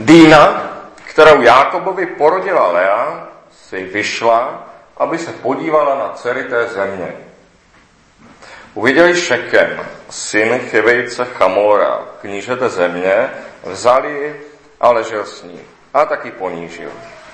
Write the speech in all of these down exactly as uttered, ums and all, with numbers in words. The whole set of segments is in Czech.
Dýna, kterou Jákobovi porodila Lea, si vyšla, aby se podívala na dcery té země. Uviděli Šekem, syn Chivejce Chamora, knížete země, vzali ji a ležel s ní a taky ponížil.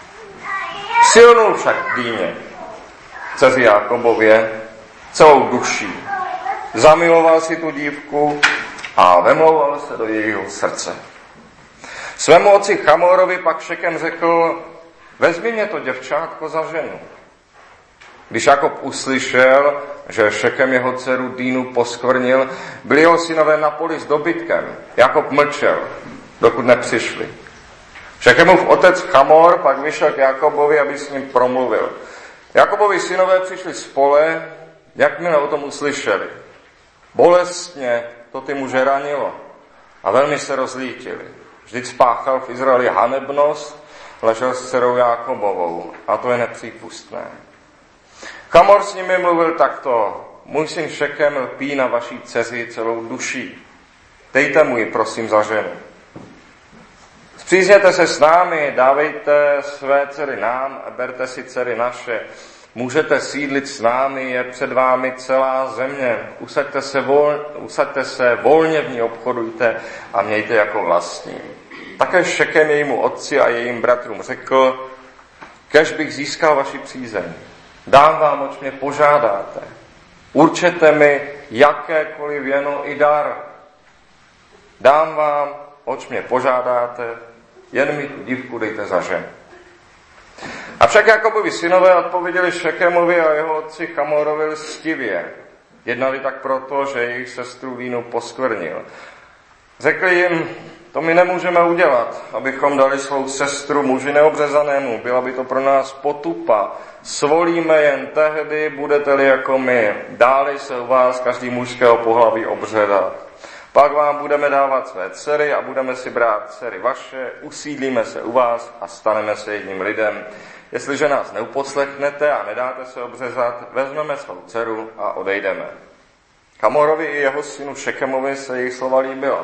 Silnul však Dýně, dceři Jákobově, celou duší. Zamiloval si tu dívku a vemlouval se do jejího srdce. Svému otci Chamorovi pak Šekem řekl, vezmi mě to děvčátko za ženu. Když Jakob uslyšel, že Šekem jeho dceru Dýnu poskvrnil, byli jeho synové na poli s dobytkem. Jakob mlčel, dokud nepřišli. Šekemův otec Chamor pak vyšel k Jakobovi, aby s ním promluvil. Jakobovi synové přišli z pole, jakmile o tom uslyšeli. Bolestně to ty muže ranilo a velmi se rozlítili. Vždyť spáchal v Izraeli hanebnost, ležel s dcerou Jákobovou a to je nepřípustné. Chamor s nimi mluvil takto, můj syn Šekem lpí na vaší dceři celou duší. Dejte mu ji, prosím, za ženu. Spřízněte se s námi, dávejte své dcery nám a berte si dcery naše. Můžete sídlit s námi, je před vámi celá země. Usaďte se, vol, usaďte se volně v ní obchodujte a mějte jako vlastní. Také Šekem jejímu otci a jejím bratrům řekl, kež bych získal vaši přízeň. Dám vám, oč mě požádáte. Určete mi jakékoliv věno i dar. Dám vám, oč mě požádáte, jen mi tu dívku dejte za ženu. Avšak Jakobovi synové odpověděli Šekemovi a jeho otci Chamorovi lstivě. Jednali tak proto, že jejich sestru Dýnu poskvrnil. Řekli jim, to my nemůžeme udělat, abychom dali svou sestru muži neobřezanému. Byla by to pro nás potupa. Svolíme jen tehdy, budete-li jako my. Dále se u vás každý mužského pohlaví obřezat. Pak vám budeme dávat své dcery a budeme si brát dcery vaše, usídlíme se u vás a staneme se jedním lidem. Jestliže nás neuposlechnete a nedáte se obřezat, vezmeme svou dceru a odejdeme. Chamorovi i jeho synu Šekemovi se jejich slova líbila.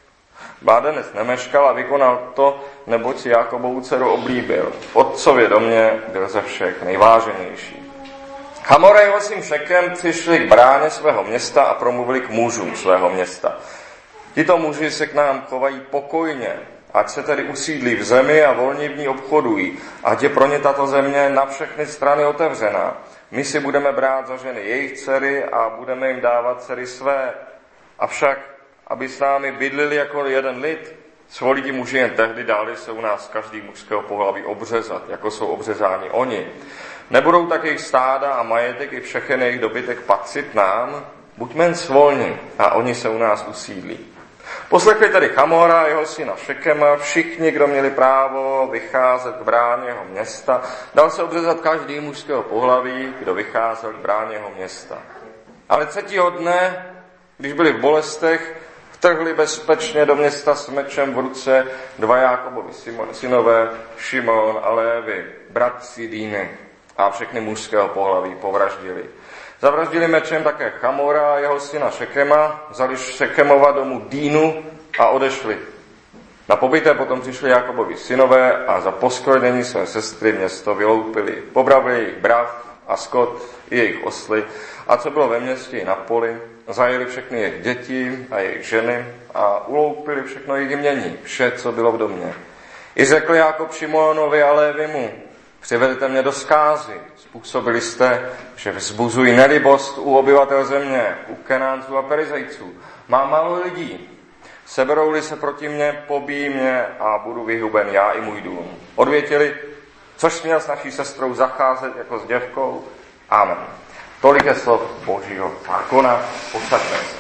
Mládenec nemeškal a vykonal to, neboť si Jákobovu dceru oblíbil. V otcově domě byl ze všech nejváženější. Chamor a jeho syn Šekem přišli k bráně svého města a promluvili k mužům svého města. Tito muži se k nám chovají pokojně, ať se tedy usídlí v zemi a volně v ní obchodují, ať je pro ně tato země na všechny strany otevřená. My si budeme brát za ženy jejich dcery a budeme jim dávat dcery své. Avšak, aby s námi bydlili jako jeden lid, svolí ti muži jen tehdy, dáli se u nás každý mužského pohlaví obřezat, jako jsou obřezáni oni. Nebudou tak jejich stáda a majetek i všechen jejich dobytek patřit nám, buďme jen svolní a oni se u nás usídlí. Poslechli tedy Chamora a jeho syna Šekema, všichni, kdo měli právo vycházet k bráně jeho města, dal se obřezat každý mužského pohlaví, kdo vycházel k bráně jeho města. Ale třetího dne, když byli v bolestech, vtrhli bezpečně do města s mečem v ruce dva Jákobovi synové, Šimon a Lévi, bratři Dýny, a všechny mužského pohlaví povraždili. Zavraždili mečem také Chamora a jeho syna Šekema, vzali Šekemova domu Dýnu a odešli. Na pobyté potom přišli Jákobovi synové a za poskvrnění své sestry město vyloupili. Pobrali jejich brav a skot i jejich osly a co bylo ve městě i na poli, zajeli všechny jejich děti a jejich ženy a uloupili všechno jejich jmění, vše, co bylo v domě. I řekl Jákob Šimonovi a Lévimu, přivedete mě do zkázy, způsobili jste, že vzbuzují nelibost u obyvatel země, u Kenánců a Perizejců. Mám málo lidí. Seberou-li se proti mně, pobíjí mě a budu vyhuben já i můj dům. Odvětili, což směl s naší sestrou zacházet jako s děvkou. Amen. Tolik je slov Božího zákona. Posaďme se.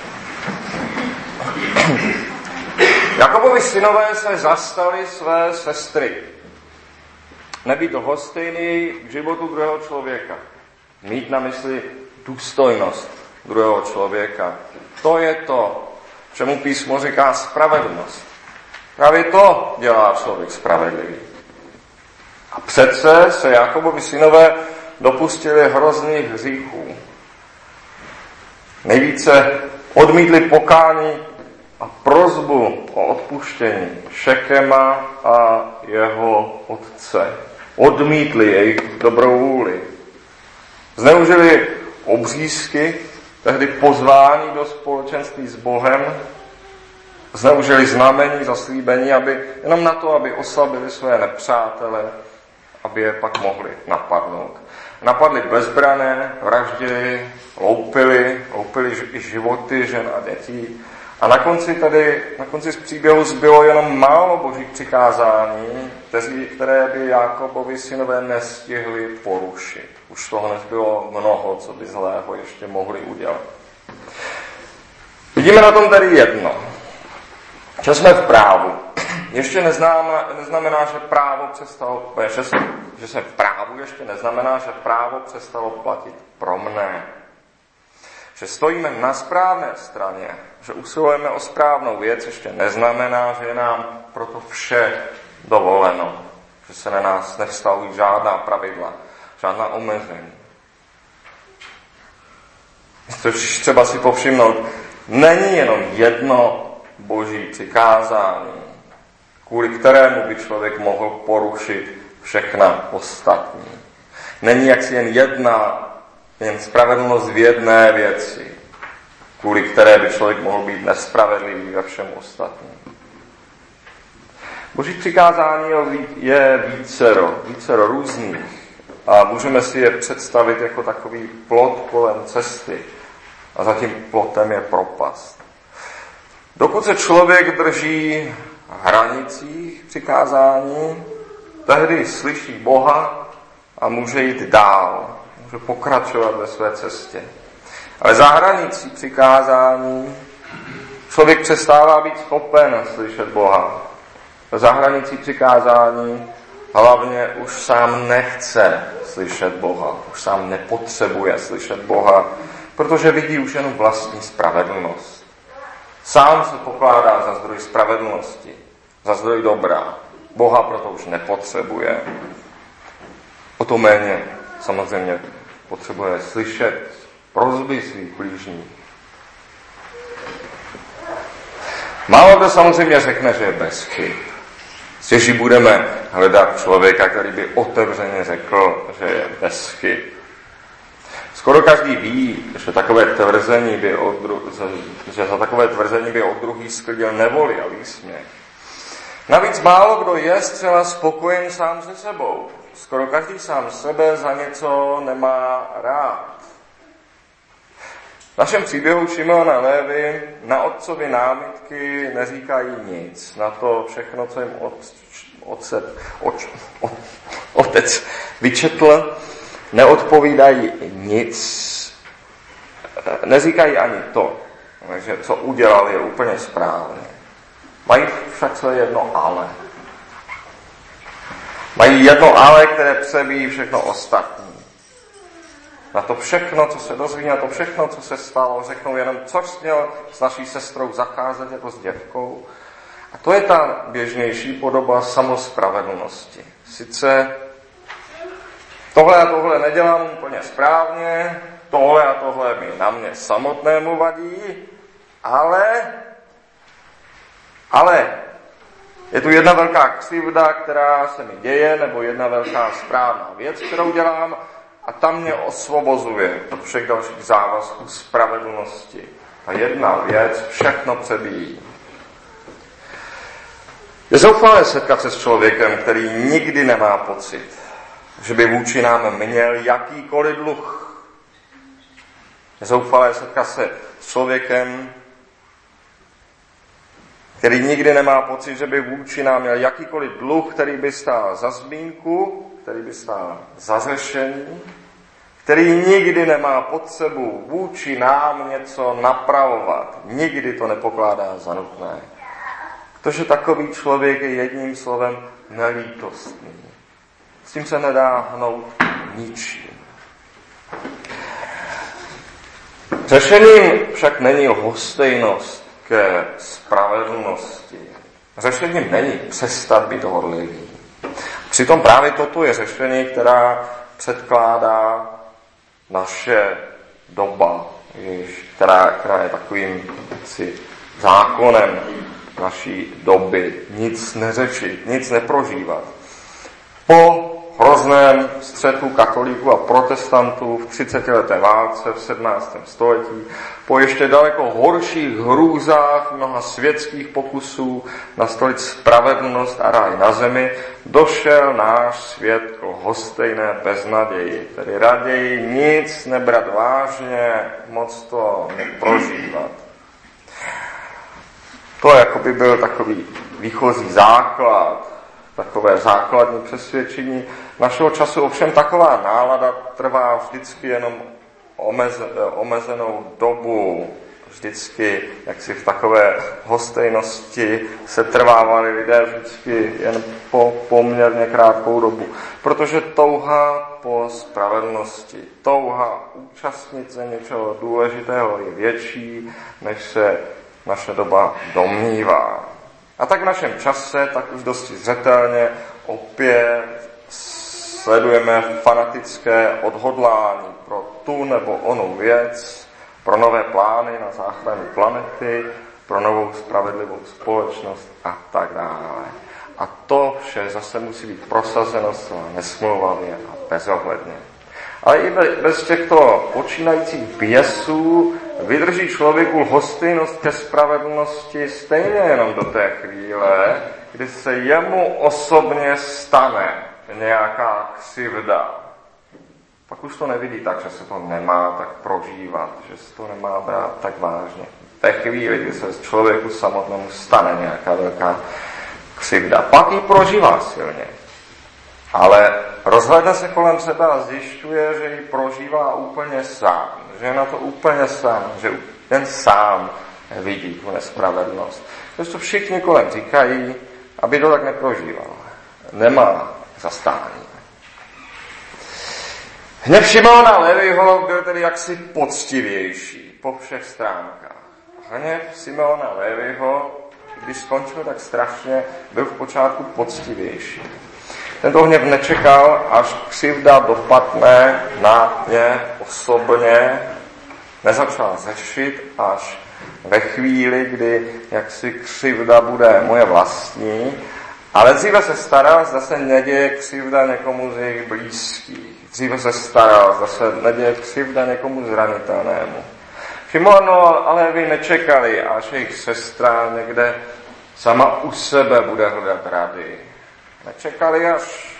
Jakobovi synové se zastali své sestry. Nebýt lhostejný k životu druhého člověka. Mít na mysli důstojnost druhého člověka. To je to, čemu písmo říká spravedlnost. Právě to dělá člověk spravedlivý. A přece se Jakobovi synové dopustili hrozných hříchů. Nejvíce odmítli pokání a prosbu o odpuštění Šekema a jeho otce. Odmítli jejich dobrou vůli. Zneužili obřízky, tehdy pozvání do společenství s Bohem, zneužili znamení, zaslíbení, aby, jenom na to, aby oslabili své nepřátele, aby je pak mohli napadnout. Napadli bezbrané, vraždili, loupili, loupili i životy žen a dětí. A na konci tady, na konci z příběhu zbylo jenom málo božích přikázání, které by Jákobovi synové nestihli porušit. Už toho nezbylo mnoho, co by zlého ještě mohli udělat. Vidíme na tom tady jedno. Že jsme v právu. Ještě neznamená, neznamená, že právo přestalo, že, že jsme v právu, ještě neznamená, že právo přestalo platit pro mne. Že stojíme na správné straně, že usilujeme o správnou věc, ještě neznamená, že je nám proto vše dovoleno. Že se na nás nevztahují žádná pravidla, žádná omezení. Což třeba si povšimnout, není jenom jedno boží přikázání, kvůli kterému by člověk mohl porušit všechna ostatní. Není jaksi jen jedna, jen spravedlnost v jedné věci, kvůli které by člověk mohl být nespravedlivý ve všem ostatním. Boží přikázání je vícero, vícero různých a můžeme si je představit jako takový plot kolem cesty a za tím plotem je propast. Dokud se člověk drží hranicích přikázání, tehdy slyší Boha a může jít dál, může pokračovat ve své cestě. Ale za hranicí přikázání člověk přestává být schopen slyšet Boha. Za hranicí přikázání hlavně už sám nechce slyšet Boha, už sám nepotřebuje slyšet Boha, protože vidí už jenom vlastní spravedlnost. Sám se pokládá za zdroj spravedlnosti, za zdroj dobra. Boha proto už nepotřebuje. O to méně samozřejmě potřebuje slyšet prosby svých blížních. Málo kdo samozřejmě řekne, že je bez chyb. Stěží budeme hledat člověka, který by otevřeně řekl, že je bez chyb. Skoro každý ví, že takové tvrzení by od dru- že za takové tvrzení by od druhých sklidil nevoli a výsměch. Navíc málo kdo je zcela spokojen sám se sebou. Skoro každý sám sebe za něco nemá rád. V našem příběhu Šimona a Lévy na otcovi námitky neříkají nic. Na to všechno, co jim od, otce, oč, od, otec vyčetl, neodpovídají nic. Neříkají ani to, že co udělal je úplně správně. Mají však co jedno ale. Mají jedno ale, které přebíjí všechno ostatní. Na to všechno, co se dozví, na to všechno, co se stalo, řeknou jenom, co jsi měl s naší sestrou zacházet jako s děvkou. A to je ta běžnější podoba samospravedlnosti. Sice tohle a tohle nedělám úplně správně, tohle a tohle mi na mě samotnému vadí, ale, ale je tu jedna velká křivda, která se mi děje, nebo jedna velká správná věc, kterou dělám, a tam mě osvobozuje od všech dalších závazků spravedlnosti. Ta jedna věc všechno přebíjí. Je zoufalé setkat se s člověkem, který nikdy nemá pocit, že by vůči nám měl jakýkoliv dluh. Je zoufalé setkat se s člověkem, který nikdy nemá pocit, že by vůči nám měl jakýkoliv dluh, který by stál za zmínku, který by stál za řešení, který nikdy nemá potřebu vůči nám něco napravovat. Nikdy to nepokládá za nutné. Protože takový člověk je jedním slovem nelítostný. S tím se nedá hnout ničím. Řešením však není lhostejnost ke spravedlnosti. Řešením není přestat být horlivý. Přitom právě toto je řešení, která předkládá naše doba, která, která je takovým si zákonem naší doby, nic neřešit, nic neprožívat. Po hrozném střetu katolíků a protestantů v třicetileté válce v sedmnáctém století, po ještě daleko horších hrůzách mnoha světských pokusů nastolit spravedlnost a ráj na zemi, došel náš svět k lhostejné beznaději, tedy raději nic nebrat vážně, moc to neprožívat. To jakoby byl takový výchozí základ, takové základní přesvědčení našeho času. Ovšem taková nálada trvá vždycky jenom omeze, omezenou dobu. Vždycky, jak si v takové hostejnosti se trvávali lidé vždycky jen po poměrně krátkou dobu. Protože touha po spravedlnosti, touha účastnit se něčeho důležitého je větší, než se naše doba domnívá. A tak v našem čase, tak už dosti zřetelně, opět sledujeme fanatické odhodlání pro tu nebo onou věc, pro nové plány na záchranu planety, pro novou spravedlivou společnost a tak dále. A to vše zase musí být prosazeno zcela nesmlouvavě a bezohledně. Ale i bez těchto počínajících běsů vydrží člověku lhostejnost ke spravedlnosti stejně jenom do té chvíle, kdy se jemu osobně stane nějaká křivda. Pak už to nevidí tak, že se to nemá tak prožívat, že se to nemá brát tak vážně. V té chvíli, kdy se člověku samotnému stane nějaká velká křivda, pak ji prožívá silně. Ale rozhlédne se kolem sebe a zjišťuje, že ji prožívá úplně sám, že je na to úplně sám, že jen sám vidí tu nespravedlnost. Protože to všichni kolem říkají, aby to tak neprožíval. Nemá zastání. Hněv Šimona Leviho byl tedy jaksi poctivější po všech stránkách. Hněv Šimona Leviho, když skončil tak strašně, byl v počátku poctivější. Tento hněv nečekal, až křivda dopadne na ně osobně, nezačal řešit až ve chvíli, kdy jaksi křivda bude moje vlastní, ale dříve se staral, zda se neděje křivda někomu z jejich blízkých. Dříve se staral, zda se neděje křivda někomu zranitelnému. Šimono, ale vy nečekali, až jejich sestra někde sama u sebe bude hledat rady. Nečekali, až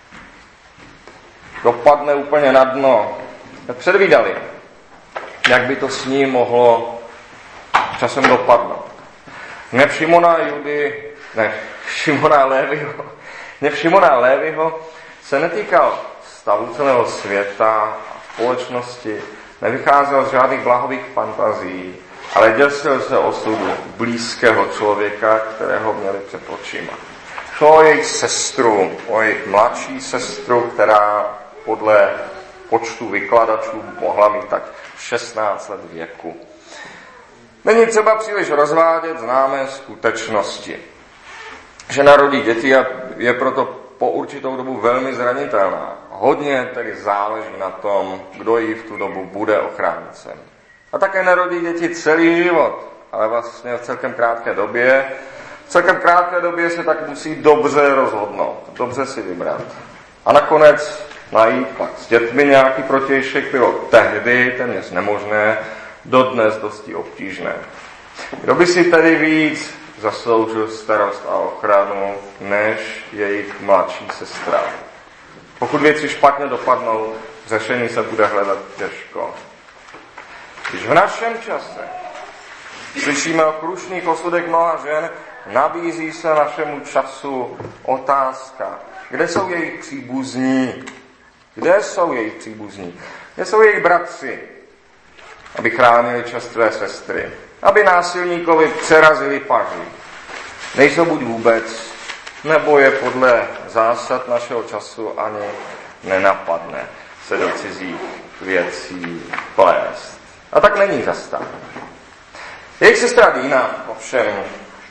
dopadne úplně na dno. Předvídali, jak by to s ním mohlo časem dopadnout. Hněv Šimona Judy, ne, Šimona Léviho, hněv Šimona Léviho se netýkal stavu celého světa a společnosti, nevycházel z žádných blahových fantazí, ale děsil se osudu blízkého člověka, kterého měli před očima. Šlo o jejich sestru, o jejich mladší sestru, která podle počtu vykladačů mohla mít tak šestnáct let věku. Není třeba příliš rozvádět známé skutečnosti. Že narodí děti a je proto po určitou dobu velmi zranitelná. Hodně tedy záleží na tom, kdo jí v tu dobu bude ochráncem. A také narodí děti celý život, ale vlastně v celkem krátké době. V celkem krátké době se tak musí dobře rozhodnout, dobře si vybrat. A nakonec najít pak s dětmi nějaký protějšek bylo tehdy téměř nemožné, dodnes dosti obtížné. Kdo by si tedy víc zasloužil starost a ochranu než jejich mladší sestra? Pokud věci špatně dopadnou, řešení se bude hledat těžko. Když v našem čase slyšíme o krušných osudech mnoha žen, nabízí se našemu času otázka, kde jsou jejich příbuzní? Kde jsou jejich příbuzní? Kde jsou jejich bratři, aby chránili čerstvé sestry? Aby násilníkovi přerazili paži. Nejsou buď vůbec, nebo je podle zásad našeho času ani nenapadne se do cizích věcí plést. A tak není zastán. Jejich sestra Dýna, ovšem,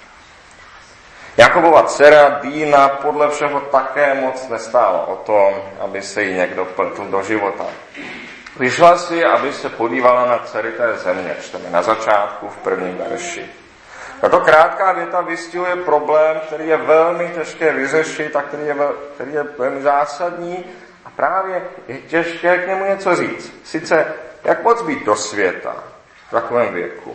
Jakobova dcera Dýna podle všeho také moc nestála o tom, aby se jí někdo pletl do života. Vyšla si, aby se podívala na dcery té země, čteme na začátku v prvním verši. Tato krátká věta vystihuje problém, který je velmi těžké vyřešit a který je, vel, který je velmi zásadní a právě je těžké k němu něco říct. Sice, jak moc být do světa v takovém věku?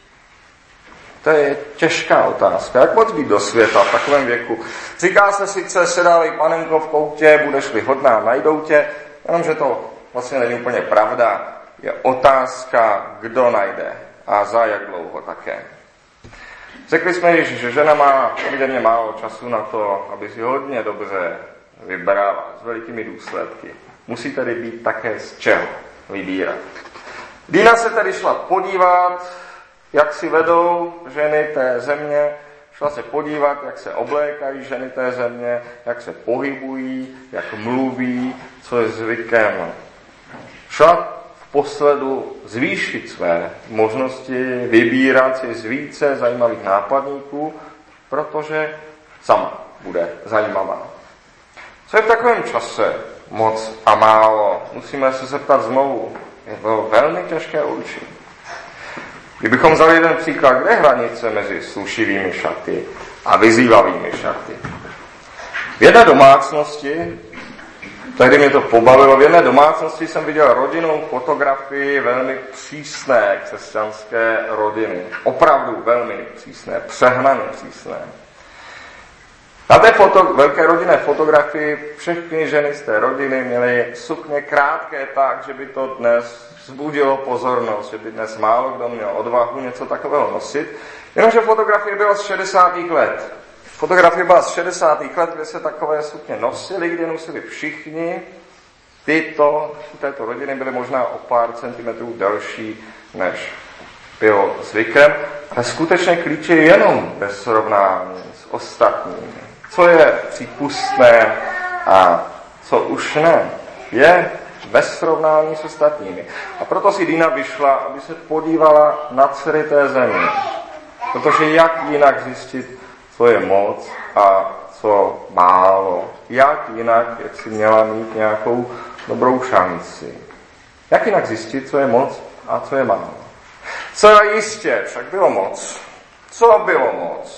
To je těžká otázka. Jak moc být do světa v takovém věku? Říká se sice, sedávej panenko v koutě, budeš-li hodná, najdou tě, jenomže to vlastně není úplně pravda. Je otázka, kdo najde a za jak dlouho také. Řekli jsme již, že žena má poměrně málo času na to, aby si hodně dobře vybrala s velikými důsledky. Musí tedy být také z čeho vybírat. Dina se tedy šla podívat, jak si vedou ženy té země, šla se podívat, jak se oblékají ženy té země, jak se pohybují, jak mluví, co je zvykem. Šla v posledu zvýšit své možnosti, vybírat si z více zajímavých nápadníků, protože sama bude zajímavá. Co je v takovém čase moc a málo? Musíme se zeptat znovu. Je to velmi těžké určit. Kdybychom vzali jeden příklad, kde je hranice mezi slušivými šaty a vyzývavými šaty? V jedné domácnosti, tehdy mě to pobavilo, v jedné domácnosti jsem viděl rodinnou fotografii velmi přísné křesťanské rodiny. Opravdu velmi přísné, přehnaně přísné. Na té foto, velké rodinné fotografii všechny ženy z té rodiny měly sukně krátké tak, že by to dnes vzbudilo pozornost, že by dnes málo kdo měl odvahu něco takového nosit. Jenomže fotografie byla z šedesátých let. Fotografie byla z šedesátých let, kde se takové sukně nosily, kde nosili všichni. Tyto, této rodiny byly možná o pár centimetrů delší, než bylo zvykem. Ale skutečně klíč je jenom bez srovnání s ostatními. Co je přípustné a co už ne, je bez srovnání s ostatními. A proto si Dina vyšla, aby se podívala na dcery té země. Protože jak jinak zjistit, co je moc a co málo. Jak jinak, jak si měla mít nějakou dobrou šanci. Jak jinak zjistit, co je moc a co je málo. Co jistě však bylo moc. Co bylo moc?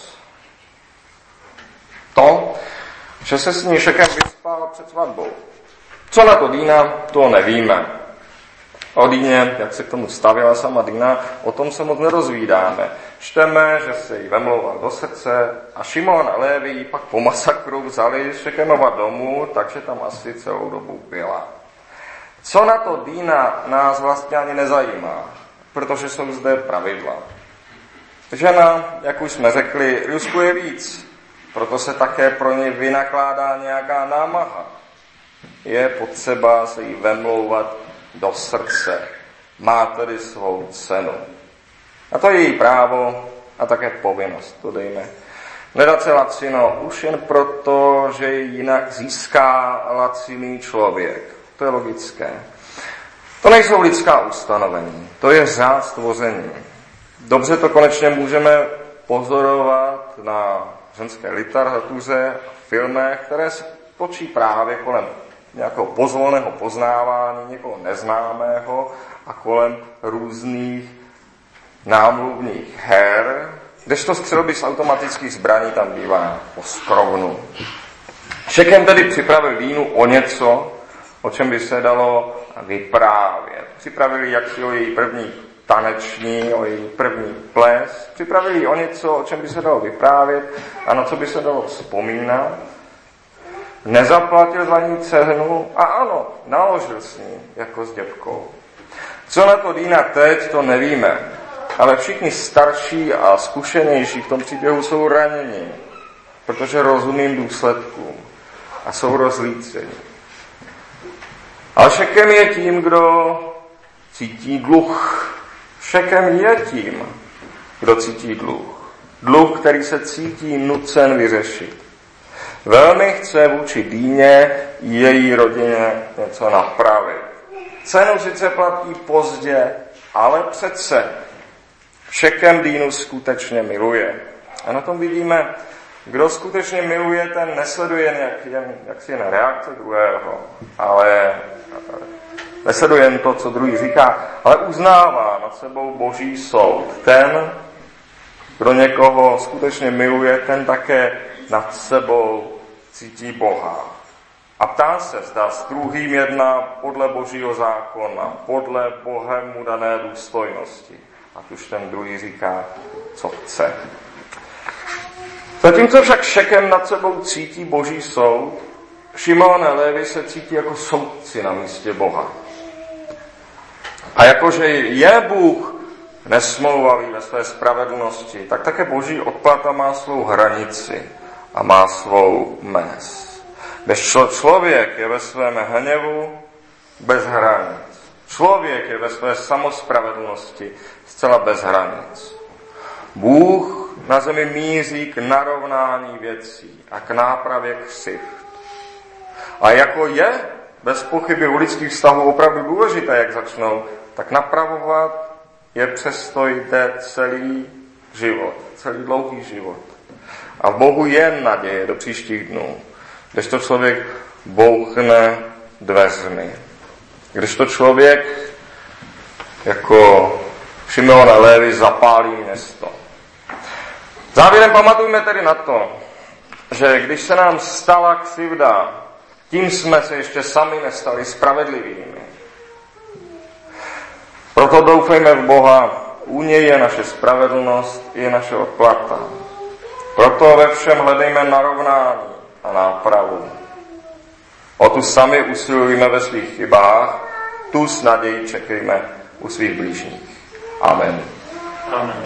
To, že se s ní Šekem vyspal před svatbou. Co na to Dina, to nevíme. O Díně, jak se k tomu stavila sama Dina, o tom se moc nerozvídáme. Čteme, že se jí vemlouval do srdce a Šimon a Lévi ji pak po masakru vzali z Šekemova domu, takže tam asi celou dobu byla. Co na to Dina nás vlastně ani nezajímá, protože jsou zde pravidla. Žena, jak už jsme řekli, riskuje víc, proto se také pro ně vynakládá nějaká námaha. Je potřeba se jí vemlouvat do srdce. Má tedy svou cenu. A to je její právo a také povinnost, to dejme. Nedat se lacino už jen proto, že jinak získá laciný člověk. To je logické. To nejsou lidská ustanovení, to je řád stvoření. Dobře to konečně můžeme pozorovat na ženské literatuře a filmech, které se točí právě kolem nějakého pozvolného poznávání, někoho neznámého a kolem různých námluvních her, kdežto střelby z automatických zbraní tam bývá po skrovnu. Šekem tedy připravil Dínu o něco, o čem by se dalo vyprávět. Připravili jaksi o její první taneční, o její první ples. Připravili ji o něco, o čem by se dalo vyprávět a na co by se dalo vzpomínat. Nezaplatil za ní cenu a ano, naložil s ní jako s děvkou. Co na to Dína teď, to nevíme. Ale všichni starší a zkušenější v tom příběhu jsou raněni, protože rozumím důsledkům a jsou rozlíceni. Ale Šekem je tím, kdo cítí dluh. Šekem je tím, kdo cítí dluh. Dluh, který se cítí nucen vyřešit. Velmi chce vůči Díně i její rodině něco napravit. Cenu sice platí pozdě, ale přece Šekem Dínu skutečně miluje. A na tom vidíme, kdo skutečně miluje, ten nesleduje jen, jen jaksi jen reakce druhého, ale nesleduje jen to, co druhý říká, ale uznává nad sebou Boží soud. Ten, Kdo někoho skutečně miluje, ten také nad sebou cítí Boha. A ptá se, zda s druhým jedná podle Božího zákona, podle Bohem mu dané důstojnosti. A už ten druhý říká, co chce. Zatímco však Šekem nad sebou cítí Boží soud, Šimon a Lévi se cítí jako soudci na místě Boha. A jakože je Bůh nesmlouvavý ve své spravedlnosti, tak také Boží odplata má svou hranici a má svou mez. Když člověk je ve svém hněvu bez hranic. Člověk je ve své samospravedlnosti zcela bez hranic. Bůh na zemi míří k narovnání věcí a k nápravě křivd. A jako je bez pochyby u lidských vztahů opravdu důležité, jak začnou, tak napravovat je přesto jde celý život, celý dlouhý život. A v Bohu je naděje do příštích dnů, když to člověk bouchne dveřmi. Když to člověk jako Šimon a Lévi zapálí město. Závěrem pamatujme tedy na to, že když se nám stala křivda, tím jsme se ještě sami nestali spravedlivými. Proto doufejme v Boha, u něj je naše spravedlnost, je naše odplata. Proto ve všem hledejme narovnání a nápravu. O tu sami usilujeme ve svých chybách, tu s nadějí čekejme u svých blížních. Amen. Amen.